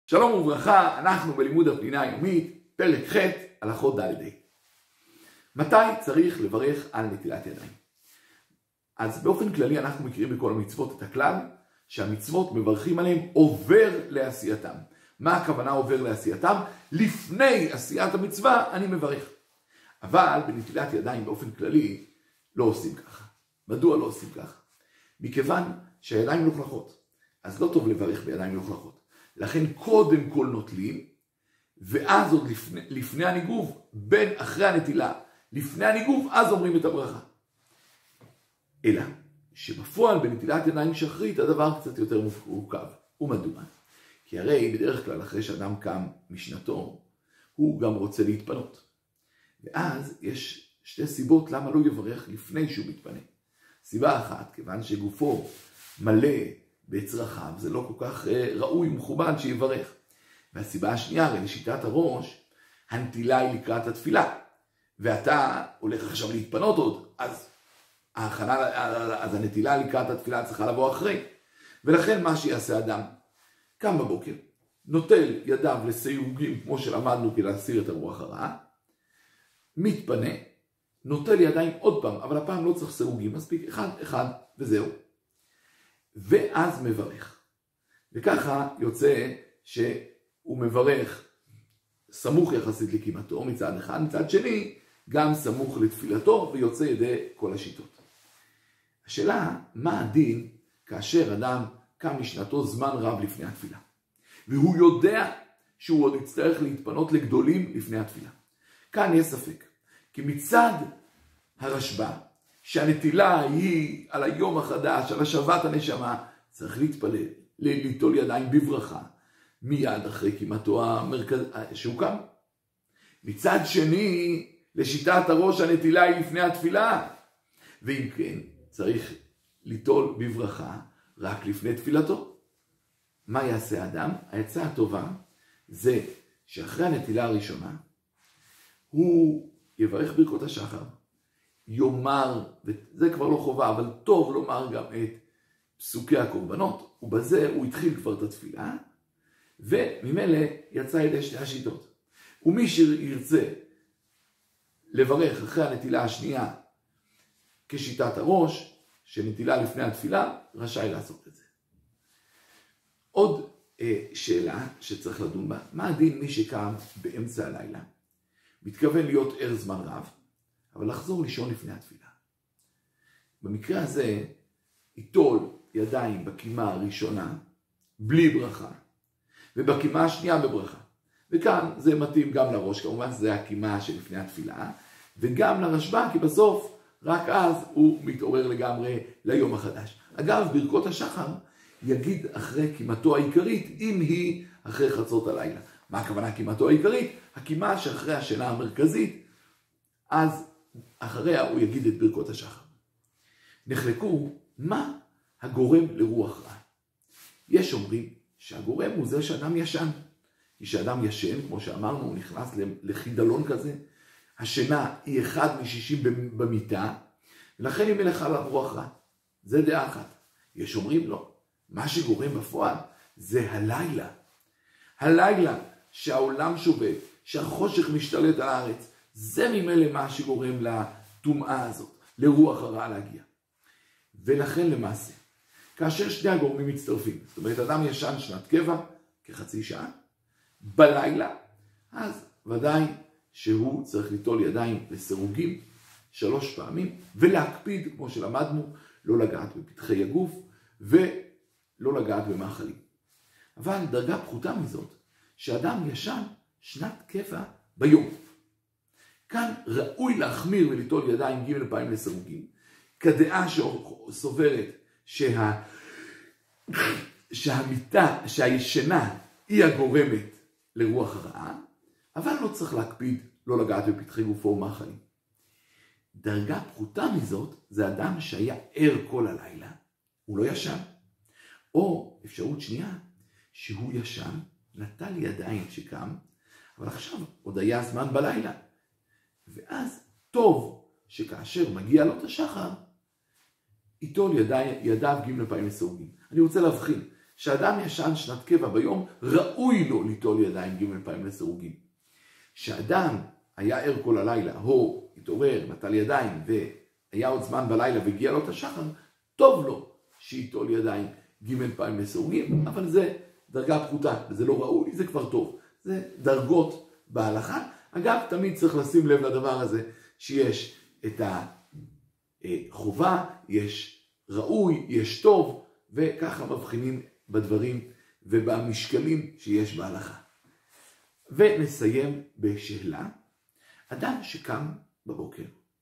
שלום וברכה, אנחנו בלימוד הפנינה היומית, פרק ח' הלכות ד'. מתי צריך לברך על נטילת ידיים? אז באופן כללי אנחנו מכירים בכל המצוות את הכלל שהמצוות מברכים עליהם עובר לעשייתם. מה הכוונה עובר לעשייתם? לפני עשיית המצווה אני מברך. אבל בנטילת ידיים באופן כללי לא עושים ככה. מדוע לא עושים ככה? מכיוון שהידיים מלוכלכות. אז לא טוב לברך בידיים מלוכלכות. לכן קודם כל נוטלים, ואז עוד לפני הניגוב, אחרי הנטילה, לפני הניגוב, אז אומרים את הברכה. אלא שבפועל בנטילת ידיים שחרית הדבר קצת יותר מורכב. ומדוע? כי הרי בדרך כלל אחרי שאדם קם משנתו, הוא גם רוצה להתפנות. ואז יש שתי סיבות למה לא יברך לפני שהוא מתפנה. סיבה אחת, כיוון שגופו מלא בצרכיו, זה לא כל כך ראוי ומכובד שיברך. והסיבה השנייה, הרי לשיטת הראש, הנטילה היא לקראת התפילה. ואתה הולך עכשיו להתפנות עוד, אז הנטילה לקראת התפילה צריכה לבוא אחרי. ולכן מה שיעשה אדם, קם בבוקר, נוטל ידיו לסיוגים, כמו שלמדנו כדי להסיר את הרוח הרעה, מתפנה, נוטל ידיים עוד פעם, אבל הפעם לא צריך סיוגים, מספיק אחד וזהו. ואז מברך. וככה יוצא שהוא מברך סמוך יחסית לקימתו מצד אחד, מצד שני גם סמוך לתפילתו ויוצא ידי כל השיטות. השאלה, מה הדין כאשר אדם קם משנתו זמן רב לפני התפילה? והוא יודע שהוא עוד יצטרך להתפנות לגדולים לפני התפילה. כאן יש ספק, כי מצד הרשב"א, שהנטילה היא על היום החדש, על השבת הנשמה, צריך להתפלל, ליטול ידיים בברכה, מיד אחרי קימתו שהוא קם. מצד שני, לשיטת הראש הנטילה היא לפני התפילה, ואם כן, צריך ליטול בברכה רק לפני תפילתו. מה יעשה האדם? העצה הטובה זה שאחרי הנטילה הראשונה, הוא יברך ברכות השחר, יאמר, וזה כבר לא חובה, אבל טוב לומר גם את פסוקי הקורבנות, ובזה הוא התחיל כבר את התפילה, וממילא יצא ידי שתי השיטות. ומי שירצה לברך אחרי הנטילה השנייה כשיטת הראש, שנטילה לפני התפילה, רשאי לעשות את זה. עוד שאלה שצריך לדון בה, מה הדין מי שקם באמצע הלילה? מתכוון להיות ער זמן רב, אבל לחזור לישון לפני התפילה. במקרה הזה, ייטול ידיים בקימה הראשונה, בלי ברכה, ובקימה השנייה בברכה. וכאן זה מתאים גם לראש, כמובן זה הקימה שלפני התפילה, וגם לרשב"א, כי בסוף, רק אז הוא מתעורר לגמרי ליום החדש. אגב, ברכות השחר יגיד אחרי קימתו העיקרית, אם היא אחרי חצות הלילה. מה הכוונה קימתו העיקרית? הקימה שאחרי השינה המרכזית, אז אחריה הוא יגיד את ברכות השחר. נחלקו מה הגורם לרוח רע. יש אומרים שהגורם הוא זה שאדם ישן. כי שאדם ישן, כמו שאמרנו, הוא נכנס לחידלון כזה. השינה היא 1/60 במיטה, ולכן היא מלכה עליו רוח רע. זה דעה אחת. יש אומרים לא. מה שגורם בפועל זה הלילה. הלילה שהעולם שובת, שהחושך משתלט על הארץ, זה ממילא מה שגורם לטומאה הזאת, לרוח הרע להגיע. ולכן למעשה, כאשר שני הגורמים מצטרפים, זאת אומרת, אדם ישן שנת קבע, כחצי שעה, בלילה, אז ודאי שהוא צריך ליטול ידיים לסירוגים 3 פעמים, ולהקפיד, כמו שלמדנו, לא לגעת בפתחי הגוף, ולא לגעת במאכלים. אבל דרגה פחותה מזאת, שאדם ישן שנת קבע ביום. כאן ראוי להחמיר וליטול ידיים ג' פעמים לסירוגים, כדעה שסוברת שהישנה היא הגורמת לרוח הרעה, אבל לא צריך להקפיד לא לגעת בפתחי גופו ומאכלים. דרגה פחותה מזאת זה אדם שהיה ער כל הלילה, הוא לא ישן. או אפשרות שנייה, שהוא ישן, נטל ידיים שקם, אבל עכשיו עוד היה זמן בלילה. ואז טוב שכאשר מגיע לו את השחר, ייטול ידיו ג' פעמים לסירוגים. אני רוצה להבחין שאדם ישן שנת קבע ביום, ראוי לו ליטול ידיים ג' פעמים לסירוגין. שאדם היה ער כל הלילה, או התעורר, נטל ידיים, והיה עוד זמן בלילה והגיע לו את השחר, טוב לו שיטול ידיים ג' פעמים לסירוגין, אבל זה דרגה פחותה, וזה לא ראוי, זה כבר טוב. זה דרגות בהלכה. אגב, תמיד צריך לשים לב לדבר הזה, שיש את החובה, יש ראוי, יש טוב, וככה מבחינים בדברים ובמשקלים שיש בהלכה. ונסיים בשאלה. אדם שקם בבוקר,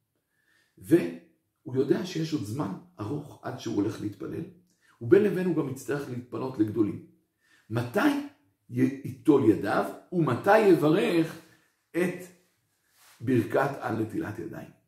והוא יודע שיש עוד זמן ארוך עד שהוא הולך להתפלל, ובין לבין הוא גם יצטרך להתפנות לגדולים. מתי ייטול ידיו ומתי יברך את ברכת על נטילת ידיים?